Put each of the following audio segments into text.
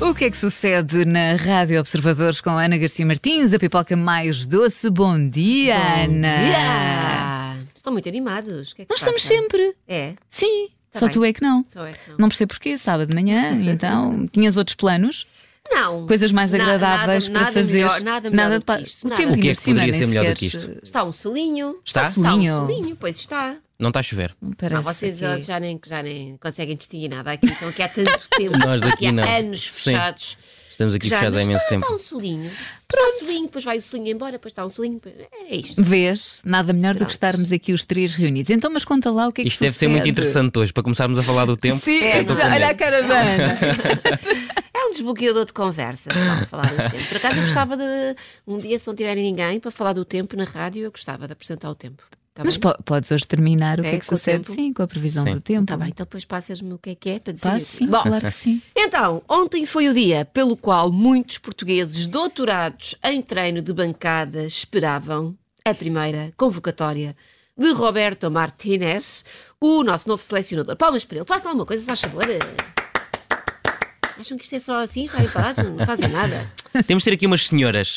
O que é que sucede na Rádio Observadores com a Ana Garcia Martins, a pipoca mais doce? Bom dia, Ana! Dia. Estão muito animados. O que é que Nós se estamos passa? sempre. É? Sim, Tá só bem. tu é que não. Só é que não. Não percebo porquê, sábado de manhã, então tinhas outros planos, Não. coisas mais agradáveis para fazer. Nada melhor do que isto. O Nada. tempo O que é ainda que por cima, poderia nem ser melhor do sequer que isto? Está um solinho. Está? Está um Solinho? solinho, pois está. Não está a chover. Parece Não, vocês aqui. já nem conseguem distinguir nada aqui. Estão aqui há tanto tempo. Nós estão daqui aqui há não. anos Sim. fechados. Estamos aqui Já, fechados há mas imenso tempo. Está um solinho. Está um solinho, depois vai o solinho embora, depois está um solinho. É isto. Vês? Nada melhor do Pronto. que estarmos aqui os três reunidos. Então, mas conta lá o que é que Isto deve ser muito interessante hoje, para começarmos a falar do tempo. Sim, É, não é? olha a cara da Ana. É um desbloqueador de conversa, só falar do tempo. Por acaso eu gostava de, um dia, se não tiverem ninguém para falar do tempo na rádio, eu gostava de apresentar o tempo. Tá Mas bem? podes hoje terminar o que é que com o sucede, tempo? sim, com a previsão Sim. do tempo. Tá bem, então depois passas-me o que é para dizer. Passa, sim, Bom, claro que sim. então, ontem foi o dia pelo qual muitos portugueses doutorados em treino de bancada esperavam a primeira convocatória de Roberto Martínez, o nosso novo selecionador. Palmas para ele. Façam alguma coisa, se faz favor. Acham que isto é só assim, estarem parados? Não fazem nada. Temos de ter aqui umas senhoras.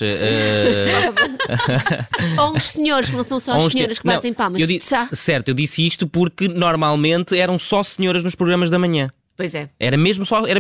Ou uns senhores, que não são só as senhoras que batem Não, palmas. eu certo, eu disse isto porque normalmente eram só senhoras nos programas da manhã. Pois é. Era mesmo,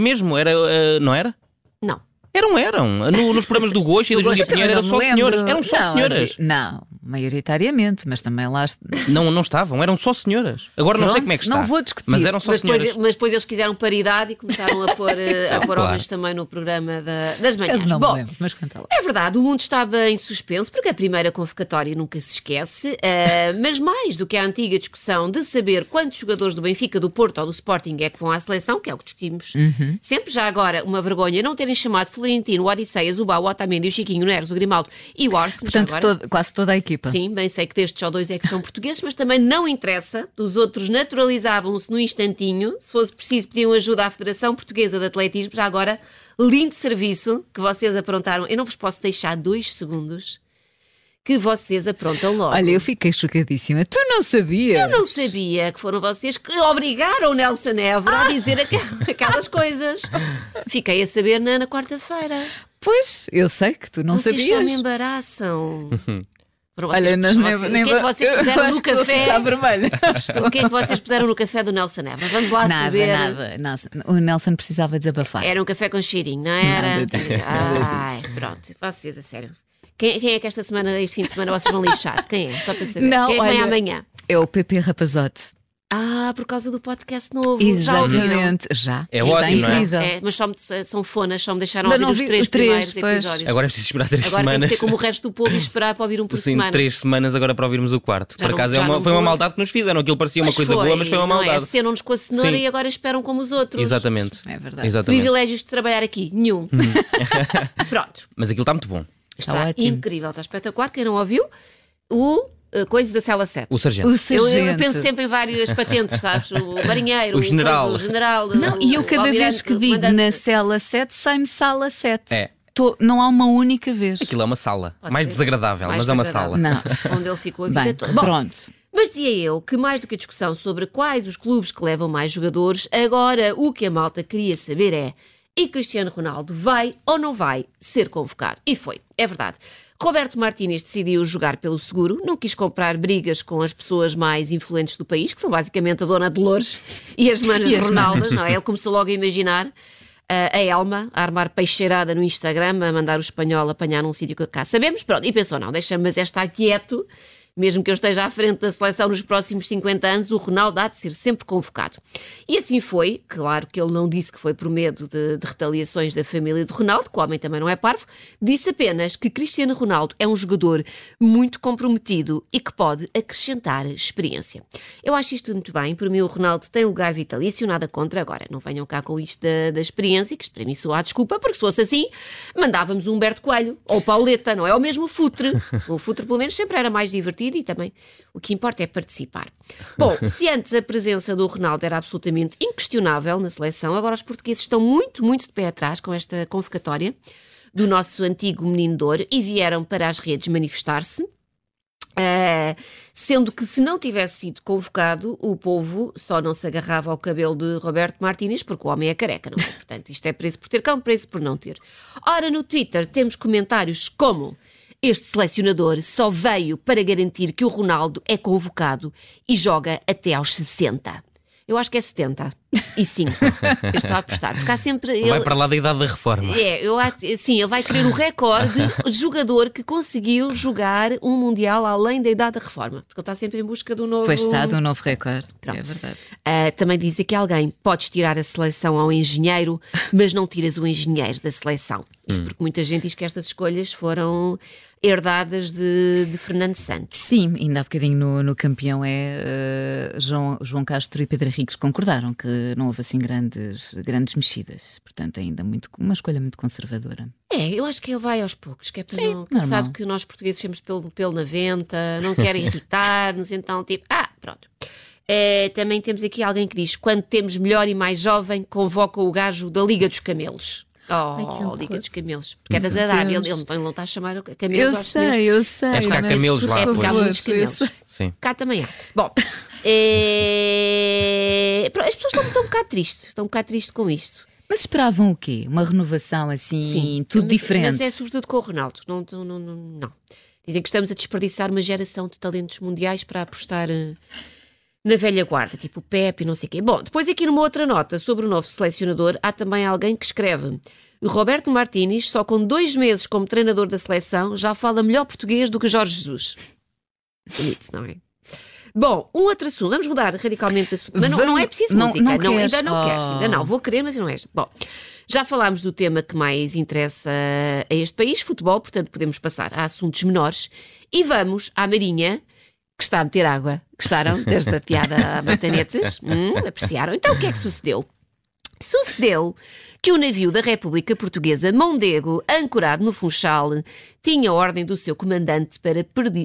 não era? Não. Eram. Nos programas do Gosto e da Júlia Pinheiro eram só senhoras. Eram só senhoras. Não, maioritariamente, mas também lá. Não estavam, eram só senhoras. Agora não sei Pronto, como é que está. não vou discutir. Mas eram só senhoras. Mas depois eles quiseram paridade e começaram a pôr, Claro. homens também no programa das manhãs. Eu não me Bom, lembro, mas conta lá. é verdade, o mundo estava em suspenso porque a primeira convocatória nunca se esquece, mas mais do que a antiga discussão de saber quantos jogadores do Benfica, do Porto ou do Sporting é que vão à seleção, que é o que discutimos sempre, já agora uma vergonha não terem chamado Florentino, o Odisseias, o Bau, o Otamendi, o Chiquinho, o Neres, o Grimaldo e o Arce. Portanto, quase toda a equipa. Sim, bem sei que destes só 2 é que são portugueses, mas também não interessa. Os outros naturalizavam-se no instantinho. Se fosse preciso, pediam ajuda à Federação Portuguesa de Atletismo. Já agora, lindo serviço que vocês aprontaram. Eu não vos posso deixar 2 segundos que vocês aprontam logo. Olha, eu fiquei chocadíssima. Tu não sabias? Eu não sabia que foram vocês que obrigaram o Nelson Évora a dizer aquelas coisas. Fiquei a saber na quarta-feira. Pois, eu sei que tu não Vocês sabias. só me embaraçam. Foram vocês Olha, que mas puxaram assim. O que é que vocês eu puseram acho no que vou café? ficar vermelha. O que é que vocês puseram no café do Nelson Évora? Vamos lá saber. Nada. O Nelson precisava desabafar. Era um café com cheirinho, não era? Nada disso. Ai, pronto. Vocês, a sério. Quem é que este fim de semana vocês vão lixar? Quem é? Só para saber. Não, Quem é que vem olha, amanhã? É o PP Rapazote. Ah, por causa do podcast novo. Já ouviram? Exatamente. Já. É Está ótimo, não é? incrível. É, mas são fonas, só me deixaram Ainda ouvir não os vi 3 os três, primeiros pois. episódios. Agora é preciso esperar 3 Agora tem semanas. que ser como o resto do povo e esperar para ouvir um por Sim, semana. 3 semanas agora para ouvirmos o quarto. Já Por não- acaso já não foi uma vou. maldade que nos fizeram. Aquilo parecia uma Mas coisa boa, mas foi uma não maldade. É? Ceram-nos com a cenoura Sim. e agora esperam como os outros. Exatamente. É verdade. Exatamente. Privilégios de trabalhar aqui? Nenhum. Pronto. Mas aquilo está muito bom. Está ótimo. incrível, está espetacular. Quem não ouviu, coisa da Cela 7. O sargento. O Eu sargento. penso sempre em várias patentes, sabes? O marinheiro, O general. o general. Não, e eu cada vez almirante, que o digo comandante. na cela 7, sai-me sala 7. É. Não há uma única vez. Aquilo é uma sala. Pode Mais ser. desagradável, Mais mas é uma desagradável. sala. Não. Onde ele ficou a vida Bem, toda. Bom, pronto. mas dizia eu que mais do que a discussão sobre quais os clubes que levam mais jogadores, agora o que a malta queria saber é: e Cristiano Ronaldo vai ou não vai ser convocado? E foi, é verdade. Roberto Martínez decidiu jogar pelo seguro, não quis comprar brigas com as pessoas mais influentes do país, que são basicamente a Dona Dolores e as manas de Ronaldo, não é? Ele começou logo a imaginar a Elma a armar peixeirada no Instagram, a mandar o espanhol apanhar num sítio que cá sabemos, pronto, e pensou, não, deixa-me estar quieto, mesmo que eu esteja à frente da seleção nos próximos 50 anos, o Ronaldo há de ser sempre convocado. E assim foi, claro que ele não disse que foi por medo de retaliações da família de Ronaldo, que o homem também não é parvo, disse apenas que Cristiano Ronaldo é um jogador muito comprometido e que pode acrescentar experiência. Eu acho isto muito bem, por mim o Ronaldo tem lugar vitalício, nada contra, agora não venham cá com isto da experiência, que isto para mim soa a desculpa, porque se fosse assim, mandávamos o Humberto Coelho, ou Pauleta, não é? Ou mesmo o Futre. O Futre pelo menos sempre era mais divertido e também o que importa é participar. Bom, se antes a presença do Ronaldo era absolutamente inquestionável na seleção, agora os portugueses estão muito, muito de pé atrás com esta convocatória do nosso antigo menino de ouro e vieram para as redes manifestar-se. Sendo que se não tivesse sido convocado, o povo só não se agarrava ao cabelo de Roberto Martínez, porque o homem é careca, não é? Portanto, isto é preço por ter cão, preço por não ter. Ora, no Twitter temos comentários como: este selecionador só veio para garantir que o Ronaldo é convocado e joga até aos 60. Eu acho que é 75. Eu estou a apostar. Porque há sempre. Vai para lá da idade da reforma. Sim, ele vai querer o recorde de jogador que conseguiu jogar um Mundial além da idade da reforma. Porque ele está sempre em busca do novo. Foi estado um novo recorde. Pronto. É verdade. Também diz aqui alguém: podes tirar a seleção ao engenheiro, mas não tiras o engenheiro da seleção. Isto porque muita gente diz que estas escolhas foram herdadas de Fernando Santos. Sim, ainda há bocadinho no campeão João Castro e Pedro Henriques concordaram que não houve assim grandes mexidas. Portanto, ainda uma escolha muito conservadora. Eu acho que ele vai aos poucos, que é para Sim, não... normal. Sabe que nós portugueses temos pelo na venta, não querem irritar-nos, então tipo... pronto. Também temos aqui alguém que diz: quando temos melhor e mais jovem, convoca o gajo da Liga dos Camelos. Liga dos Camelos. Porque é das Arábia, ele não está a chamar camelos aos senhores. Eu sei. Acho que há camelos lá, É porque há pois. muitos camelos. Sim. Cá também há. Bom, as pessoas estão um bocado tristes. Estão um bocado tristes com isto. Mas esperavam o quê? Uma renovação assim, tudo diferente? Mas é sobretudo com o Ronaldo. Não. Dizem que estamos a desperdiçar uma geração de talentos mundiais para apostar na velha guarda, tipo o Pepe e não sei o quê. Bom, depois aqui numa outra nota sobre o novo selecionador, há também alguém que escreve: Roberto Martínez, só com 2 meses como treinador da seleção, já fala melhor português do que Jorge Jesus. Bonito, não é? Bom, um outro assunto. Vamos mudar radicalmente de assunto. Mas não é preciso música. Ainda não queres. Ainda não. Vou querer, mas não és. Bom, já falámos do tema que mais interessa a este país, futebol, portanto podemos passar a assuntos menores. E vamos à Marinha, que está a meter água. Gostaram desta piada a batanetes? Apreciaram? Então o que é que sucedeu? Sucedeu que o navio da República Portuguesa Mondego, ancorado no Funchal, tinha ordem do seu comandante para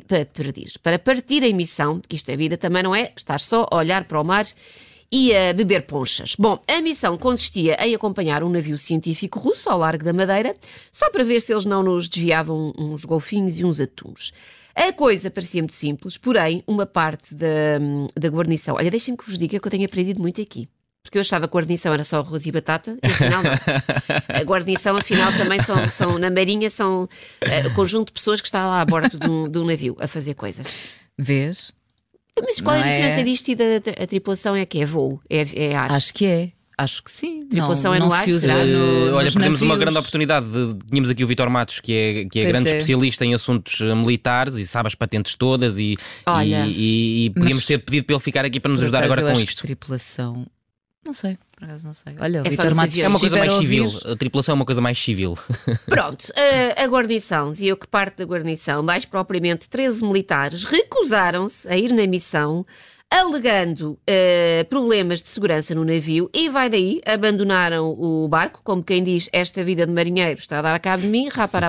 partir em missão, que isto é vida também, não é estar só a olhar para o mar e a beber ponchas. Bom, a missão consistia em acompanhar um navio científico russo ao largo da Madeira, só para ver se eles não nos desviavam uns golfinhos e uns atuns. A coisa parecia muito simples, porém, uma parte da guarnição... Olha, deixem-me que vos diga que eu tenho aprendido muito aqui. Porque eu achava que a guarnição era só arroz e batata, e afinal não. A guarnição, afinal, também são na Marinha, são o conjunto de pessoas que está lá a bordo de um navio a fazer coisas. Vês? Mas qual é a diferença disto e da tripulação? É que é voo? É ar? Acho que é. Acho que sim. Tripulação é no ar, será? Olha, perdemos uma grande oportunidade. Tínhamos aqui o Vítor Matos, que é grande especialista em assuntos militares e sabe as patentes todas e podíamos ter pedido para ele ficar aqui para nos ajudar agora com isto. Tripulação... Não sei, por acaso não sei. Olha, o Vítor Matos é uma coisa mais civil. A tripulação é uma coisa mais civil. Pronto, a guarnição, dizia eu que parte da guarnição, mais propriamente 13 militares, recusaram-se a ir na missão, alegando problemas de segurança no navio, e vai daí, abandonaram o barco, como quem diz: esta vida de marinheiro está a dar a cabo de mim,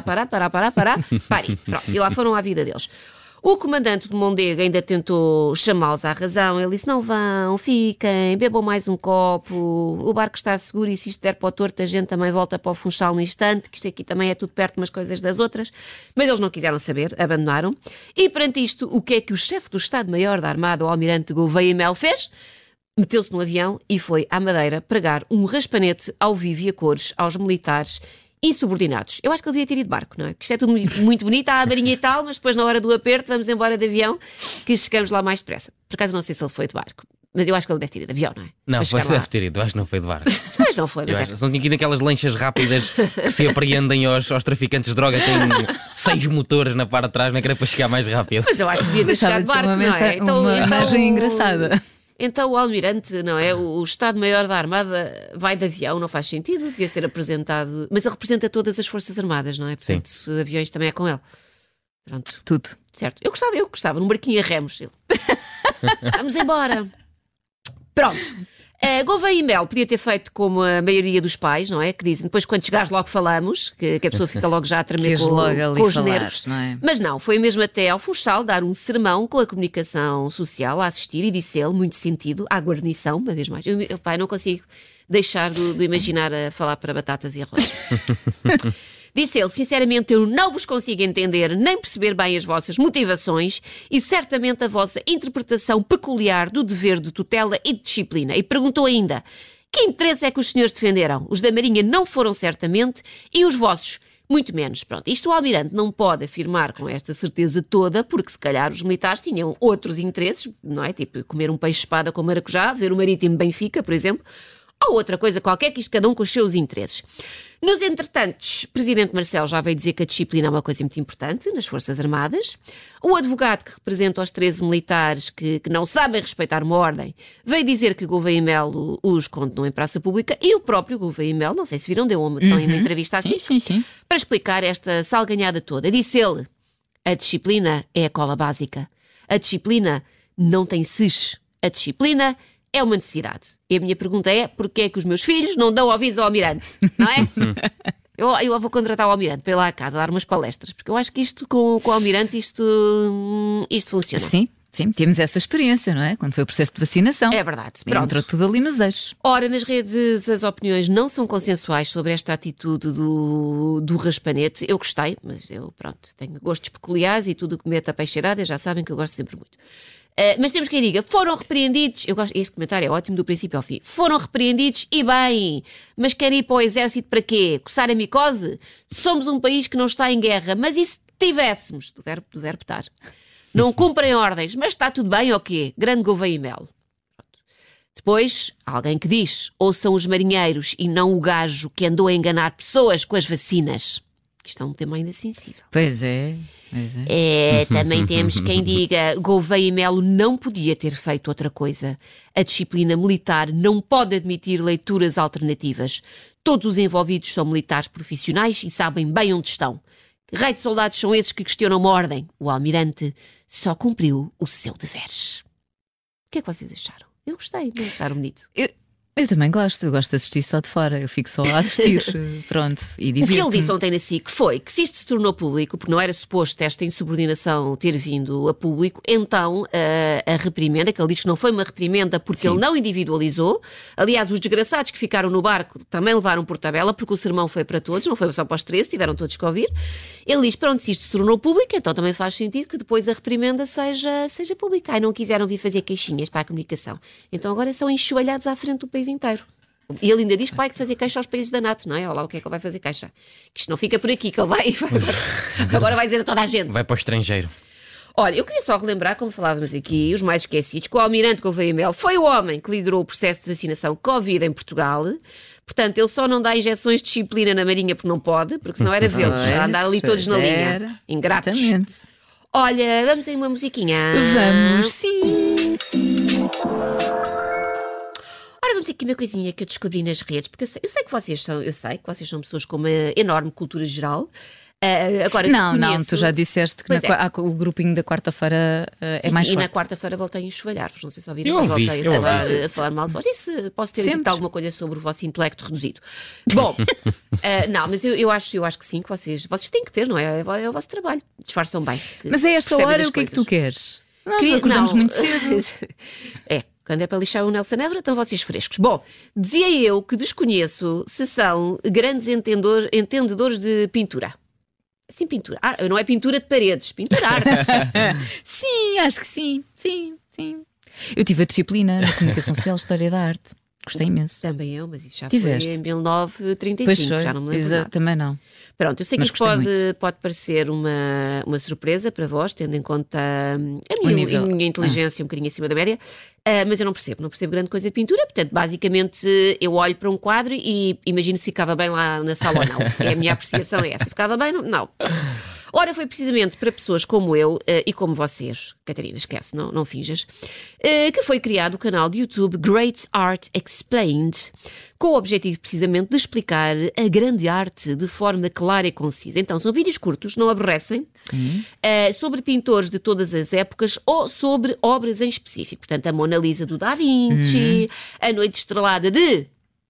pare. Pronto, e lá foram à vida deles. O comandante do Mondego ainda tentou chamá-los à razão. Ele disse: não vão, fiquem, bebam mais um copo, o barco está seguro e se isto der para o torto a gente também volta para o Funchal no instante, que isto aqui também é tudo perto umas coisas das outras. Mas eles não quiseram saber, abandonaram. E perante isto, o que é que o chefe do Estado-Maior da Armada, o almirante Gouveia e Mel, fez? Meteu-se no avião e foi à Madeira pregar um raspanete ao vivo e a cores aos militares insubordinados. Eu acho que ele devia ter ido de barco, não é? Porque isto é tudo muito bonito, há a marinha e tal, mas depois na hora do aperto vamos embora de avião, que chegamos lá mais depressa. Por acaso não sei se ele foi de barco, mas eu acho que ele deve ter ido de avião, não é? Não, deve ter ido, acho que não foi de barco. Mas não foi, mas são aqui daquelas lanchas rápidas que se apreendem aos traficantes de droga, têm 6 motores na parte de trás, não é que era para chegar mais rápido. Mas eu acho que devia ter chegado de barco, não é? Uma imagem engraçada. Então o almirante, não é? O Estado-Maior da Armada vai de avião, não faz sentido, devia ser apresentado. Mas ele representa todas as Forças Armadas, não é? Portanto, os aviões também é com ele. Pronto. Tudo. Certo. Eu gostava, num barquinho a remos. Vamos embora. Pronto. Gouveia e Mel podia ter feito como a maioria dos pais, não é? Que dizem, depois quando chegares logo falamos, que a pessoa fica logo já a tremer com os nervos. Não é? Mas não, foi mesmo até ao Funchal dar um sermão com a comunicação social a assistir, e disse ele, muito sentido, à guarnição, uma vez mais. Pai, não consigo deixar de imaginar a falar para batatas e arroz. Disse ele, sinceramente, eu não vos consigo entender nem perceber bem as vossas motivações e certamente a vossa interpretação peculiar do dever de tutela e de disciplina. E perguntou ainda, que interesse é que os senhores defenderam? Os da Marinha não foram certamente e os vossos muito menos. Pronto, isto o Almirante não pode afirmar com esta certeza toda, porque se calhar os militares tinham outros interesses, não é? Tipo comer um peixe-espada com maracujá, ver o Marítimo Benfica, por exemplo, ou outra coisa qualquer, que isto cada um com os seus interesses. Nos entretantos, o Presidente Marcelo já veio dizer que a disciplina é uma coisa muito importante nas Forças Armadas. O advogado que representa os 13 militares que não sabem respeitar uma ordem veio dizer que Gouveia e Melo os condenou em praça pública e o próprio Gouveia e Melo, não sei se viram, deu uma entrevista assim, sim. para explicar esta salganhada toda. Disse ele, a disciplina é a cola básica. A disciplina não tem ses. A disciplina é uma necessidade. E a minha pergunta é, porquê é que os meus filhos não dão ouvidos ao Almirante? Não é? Eu vou contratar o Almirante para ir lá à casa dar umas palestras, porque eu acho que isto com o Almirante isto funciona. Sim, temos essa experiência, não é? Quando foi o processo de vacinação. É verdade. Pronto. Entrou tudo ali nos eixos. Ora, nas redes as opiniões não são consensuais sobre esta atitude do Raspanete. Eu gostei, mas eu, tenho gostos peculiares e tudo o que mete a peixeirada, já sabem que eu gosto sempre muito. Mas temos quem diga, foram repreendidos, eu gosto, este comentário é ótimo do princípio ao fim, foram repreendidos e bem, mas querem ir para o exército para quê? Coçar a micose? Somos um país que não está em guerra, mas e se tivéssemos, do verbo estar, não cumprem ordens, mas está tudo bem ou quê? Grande Gouveia e Melo. Depois, alguém que diz, ou são os marinheiros e não o gajo que andou a enganar pessoas com as vacinas. Isto é um tema ainda sensível. Pois é. Também temos quem diga Gouveia e Melo não podia ter feito outra coisa. A disciplina militar não pode admitir leituras alternativas. Todos os envolvidos são militares profissionais e sabem bem onde estão. Que raio de soldados são esses que questionam uma ordem? O Almirante só cumpriu o seu dever. O que é que vocês acharam? Eu gostei, não acharam bonito? Eu também gosto, eu gosto de assistir só de fora, eu fico só a assistir, pronto, e divirto-me. O que ele disse ontem na SIC foi que se isto se tornou público, porque não era suposto esta insubordinação ter vindo a público, então a reprimenda, que ele diz que não foi uma reprimenda porque ele não individualizou, aliás, os desgraçados que ficaram no barco também levaram por tabela, porque o sermão foi para todos, não foi só para os 13, tiveram todos que ouvir. Ele diz, pronto, se isto se tornou público, então também faz sentido que depois a reprimenda seja pública. Ai, não quiseram vir fazer queixinhas para a comunicação. Então agora são enxovalhados à frente do país inteiro. E ele ainda diz que vai fazer queixa aos países da NATO, não é? Olha lá o que é que ele vai fazer queixa. Que isto não fica por aqui, que ele vai agora vai dizer a toda a gente. Vai para o estrangeiro. Olha, eu queria só relembrar, como falávamos aqui, os mais esquecidos, que o Almirante Gouveia e Melo foi o homem que liderou o processo de vacinação Covid em Portugal. Portanto, ele só não dá injeções de disciplina na Marinha porque não pode, porque senão era vê-los, já andar ali todos na linha. Ingratos. Exatamente. Olha, vamos aí uma musiquinha. Vamos, sim. Ora, vamos aqui uma coisinha que eu descobri nas redes, porque eu sei que vocês são pessoas com uma enorme cultura geral. Agora, não, tu já disseste que o grupinho da quarta-feira é mais forte. E na quarta-feira voltei a enxovalhar-vos, não sei se ouviram, mas voltei a falar mal de vós. Isso posso ter dito alguma coisa sobre o vosso intelecto reduzido. Bom, não, mas eu acho que sim, que vocês têm que ter, não é? É o vosso trabalho, disfarçam bem. Mas a esta hora o que é que tu queres? Nós acordamos muito cedo. Quando é para lixar o Nelson Évora, estão vocês frescos. Bom, dizia eu que desconheço se são grandes entendedores de pintura. Sim, pintura. Não é pintura de paredes, pintura arte. Sim, acho que sim. Sim. Eu tive a disciplina na Comunicação Social, História da Arte. Gostei imenso. Também eu, mas isso já Tiveste? Foi em 1935, pois já não me lembro nada. Também não. Pronto, eu sei que isto pode parecer uma surpresa para vós, tendo em conta a minha inteligência um bocadinho acima da média, mas eu não percebo grande coisa de pintura, portanto, basicamente, eu olho para um quadro e imagino se ficava bem lá na sala ou não. A minha apreciação é essa. Ficava bem? Não. Ora, foi precisamente para pessoas como eu e como vocês, Catarina, esquece, não finjas, que foi criado o canal de YouTube Great Art Explained, com o objetivo precisamente de explicar a grande arte de forma clara e concisa. Então, são vídeos curtos, não aborrecem, sobre pintores de todas as épocas ou sobre obras em específico. Portanto, a Mona Lisa do Da Vinci, a Noite Estrelada de...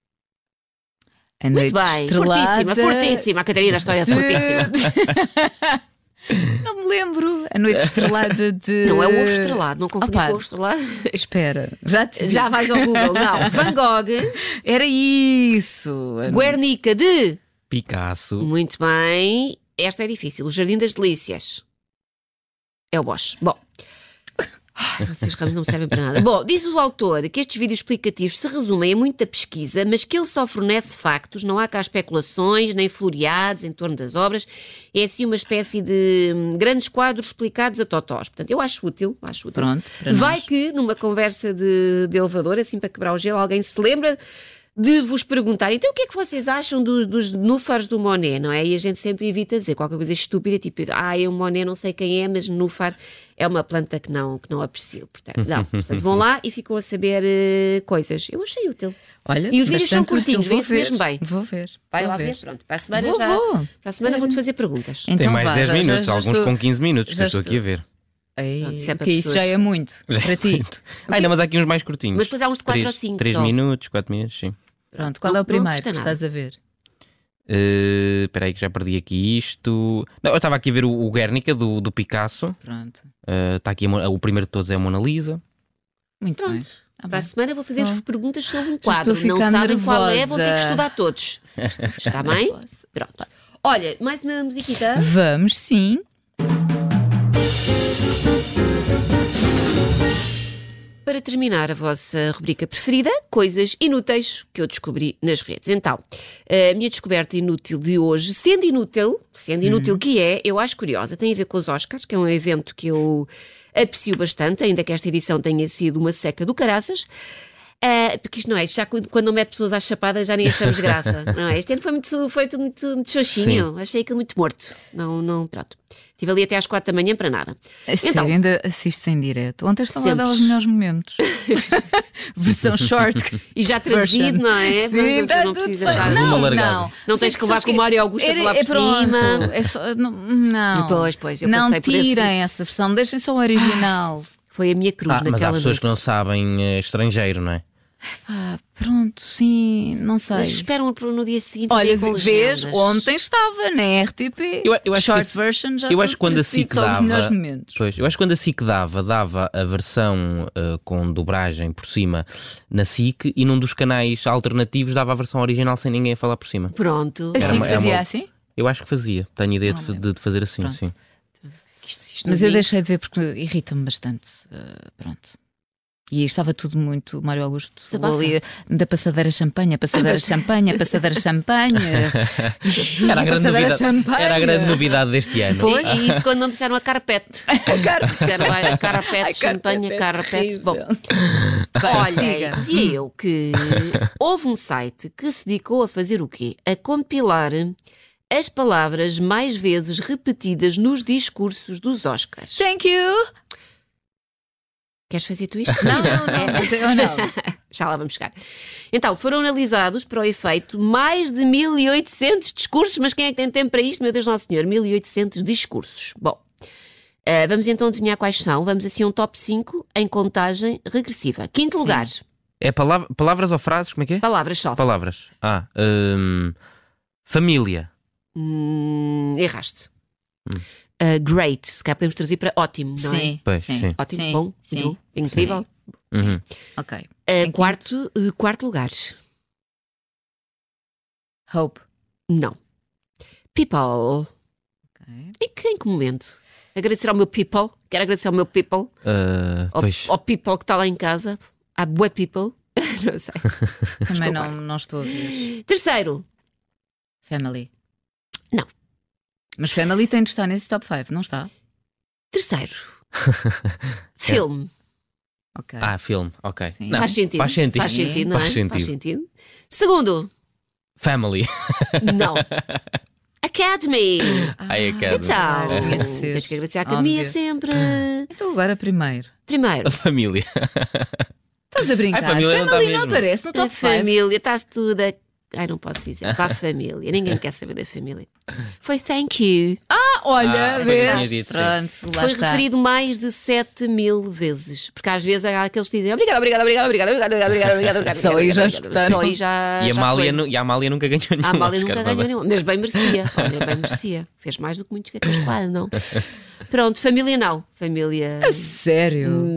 Muito bem, fortíssima. A Catarina, a história é fortíssima. Não me lembro. A Noite Estrelada de... Não é o Ovo Estrelado, não confundi com o Ovo Estrelado. Espera, já vais ao Google. Não, Van Gogh. Era isso. Guernica de... Picasso. Muito bem. Esta é difícil. O Jardim das Delícias. É o Bosch. Bom. Vocês realmente não me servem para nada. Bom, diz o autor que estes vídeos explicativos se resumem a muita pesquisa, mas que ele só fornece factos, não há cá especulações, nem floreados em torno das obras. É assim uma espécie de grandes quadros explicados a totós. Portanto, eu acho útil. Pronto, Vai que numa conversa de elevador, assim para quebrar o gelo, alguém se lembra de vos perguntar, então o que é que vocês acham dos núfares do Monet, não é? E a gente sempre evita dizer qualquer coisa estúpida, tipo, o Monet não sei quem é, mas núfar é uma planta que não aprecio. Portanto, vão lá e ficam a saber coisas. Eu achei útil. Olha, e os vídeos são curtinhos, vê-se mesmo bem. Vou ver. Vai lá ver, pronto. Para a semana Para a semana vou-te fazer perguntas. Então, tem mais de 10 minutos, já alguns estou, com 15 minutos, já estou aqui a ver. Que isso já é muito para ti. Ainda, mas há aqui uns mais curtinhos. Mas depois há uns de 4 ou 5 3 minutos, 4 minutos, sim. Pronto, qual é o primeiro que estás a ver? Espera aí que já perdi aqui isto. Não, eu estava aqui a ver o Guernica do Picasso. Pronto. Está aqui o primeiro de todos é a Mona Lisa. Muito bem. Para a semana vou fazer-vos perguntas sobre um quadro. Estou Não sabem nervosa. qual é, vão ter que estudar todos. Está bem? Pronto. Olha, mais uma musiquita. Vamos, sim. Para terminar a vossa rubrica preferida, coisas inúteis que eu descobri nas redes. Então, a minha descoberta inútil de hoje, sendo inútil que é, eu acho curiosa, tem a ver com os Oscars, que é um evento que eu aprecio bastante, ainda que esta edição tenha sido uma seca do caraças. Porque isto não é, já quando não mete pessoas às chapadas já nem achamos graça, não é? Este ano foi tudo muito xoxinho, achei aquilo muito morto, não, pronto. Estive ali até às 4 da manhã para nada. Sério, ainda assistes em direto? Ontem estava a dar os melhores momentos. Versão short. E já traduzido, não é? Sim, não precisa dar. Não tens que levar com o Mário Augusto a falar por cima. É só, não. Pois, eu não passei por esse. tirem essa versão, deixem só o original. Foi a minha cruz naquela mas há pessoas noite. que não sabem estrangeiro, não é? Pronto, sim, não sei. Mas esperam no dia seguinte. Olha, vês, ontem estava na RTP. Eu acho short que version já. Eu acho que quando a SIC dava. Os melhores momentos. Pois, eu acho que quando a SIC dava a versão com dobragem por cima na SIC e num dos canais alternativos dava a versão original sem ninguém a falar por cima. Pronto. A SIC fazia assim? Eu acho que fazia. Tenho ideia de fazer assim, pronto. Sim. Mas eu deixei de ver porque irrita-me bastante. Pronto. E estava tudo muito Mário Augusto ali da passadeira champanhe. Era a grande novidade deste ano. Foi, e isso quando não disseram a carpete. Disseram a carpete, champanhe, carpete. Bom, olha, dizia eu que houve um site que se dedicou a fazer o quê? A compilar as palavras mais vezes repetidas nos discursos dos Oscars. Thank you! Queres fazer tu isto? Não, mas eu não. Já lá vamos chegar. Então, foram analisados para o efeito mais de 1800 discursos, mas quem é que tem tempo para isto? Meu Deus Nosso Senhor, 1800 discursos. Bom, vamos então adivinhar quais são. Vamos assim um top 5 em contagem regressiva. Quinto lugar. É palavras ou frases? Como é que é? Palavras só. Palavras. Família. Erraste. Great, se calhar podemos traduzir para ótimo, não sim, é? Pois, sim. Ótimo, sim, bom, sim, bom, incrível. Uhum. Ok. Quarto lugar. Hope. Não. People. Okay. Em que momento? Agradecer ao meu people. Quero agradecer ao meu people. Ao people que está lá em casa. À bué people. Não sei. Também não estou a ver. Terceiro. Family. Não. Mas Family tem de estar nesse top 5, não está? Terceiro. Filme. Ok. Filme, ok. Não, faz sentido. Faz sentido, não é? Faz sentido. Segundo. Family. Não. Academy. Academy. Então, tens que agradecer à Academia sempre. Então agora primeiro. A família. Estás a brincar? Family não aparece no top 5. A família, está-se tudo a... não posso dizer. Para a família. Ninguém quer saber da família. Foi thank you. Olha, vês? Foi referido mais de 7.000 vezes. Porque às vezes há aqueles que dizem obrigado. Só aí já escutaram. E a Amália nunca ganhou nenhum. A Amália nunca ganhou nenhum. Mas bem merecia. Olha, bem merecia. Fez mais do que muitos que até lá, não? Pronto, família não. Família... A sério?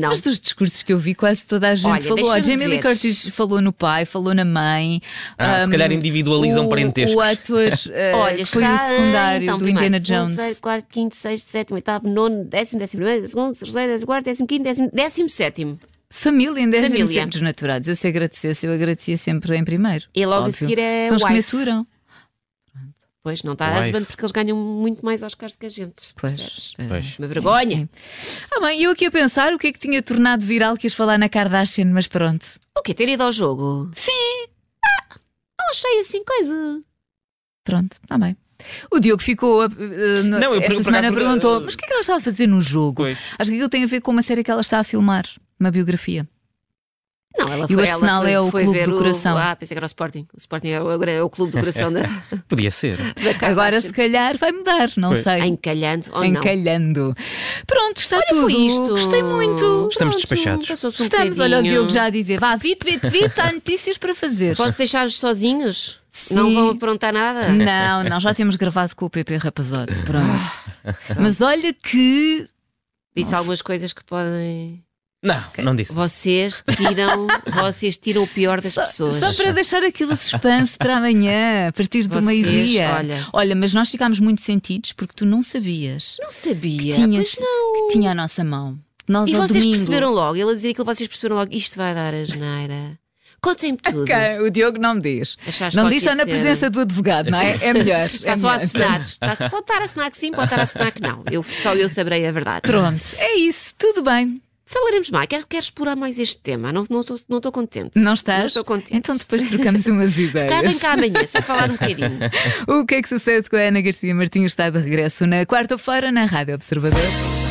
Não. Mas dos discursos que eu vi, quase toda a gente falou. A Jamie Lee Curtis falou no pai, falou na mãe. Se calhar individualizam parentescos. O ator Olha, foi o secundário então, do Indiana Jones. 4º, 5º, 6º, 7º, 8º, 9º, 10º, 11º, 12º, 13º, 14º, 15º, 17º. Família em 10 sempre desnaturados. Eu se agradecesse, eu agradecia sempre em primeiro. E logo a seguir é São os que me wife. aturam. Pois, não está a husband porque eles ganham muito mais Oscars do que a gente. Pois. Uma vergonha. Bem, eu aqui a pensar o que é que tinha tornado viral que ias falar na Kardashian, mas pronto. O quê? Ter ido ao jogo? Sim. Não achei assim coisa. Pronto, está bem. O Diogo ficou esta semana perguntou: mas o que é que ela estava a fazer no jogo? Pois. Acho que aquilo tem a ver com uma série que ela está a filmar, uma biografia. Não, ela e foi, o Arsenal é o clube do coração. Pensei que era o Sporting. O Sporting agora é o clube do coração da. Podia ser. Agora, se calhar, vai mudar, não sei. Encalhando ou Encalhando. Pronto, está tudo. Foi isto. Gostei muito. Estamos despachados. Estamos, olha o Diogo já a dizer: vá, vite, há notícias para fazer. Posso deixar-os sozinhos? Sim. Não vão aprontar nada? Não, já temos gravado com o PP Rapazote. Pronto. Mas olha que. Disse algumas coisas que podem. Não disse. Vocês tiram o pior das pessoas. Só para deixar aquilo suspense para amanhã, a partir do meio-dia. Olha, mas nós ficámos muito sentidos porque tu não sabias. Não sabia. Que tinha a nossa mão. Nós, e vocês domingo... perceberam logo. Ele a dizer aquilo, vocês perceberam logo. Isto vai dar a geneira. Contem-me tudo. Okay, o Diogo não me diz. Achaste não diz só na presença do advogado, não é? É melhor. Está só a assinar. Pode estar a assinar que sim, pode estar a assinar que não. Só eu saberei a verdade. Pronto, é isso. Tudo bem. Falaremos mais. Quero explorar mais este tema. Não estou contente. Não estás? Não estou contente. Então depois trocamos umas ideias. Se calhar vem cá amanhã, só falar um bocadinho. O que é que sucede com a Ana Garcia Martins? Está de regresso na quarta-feira na Rádio Observador.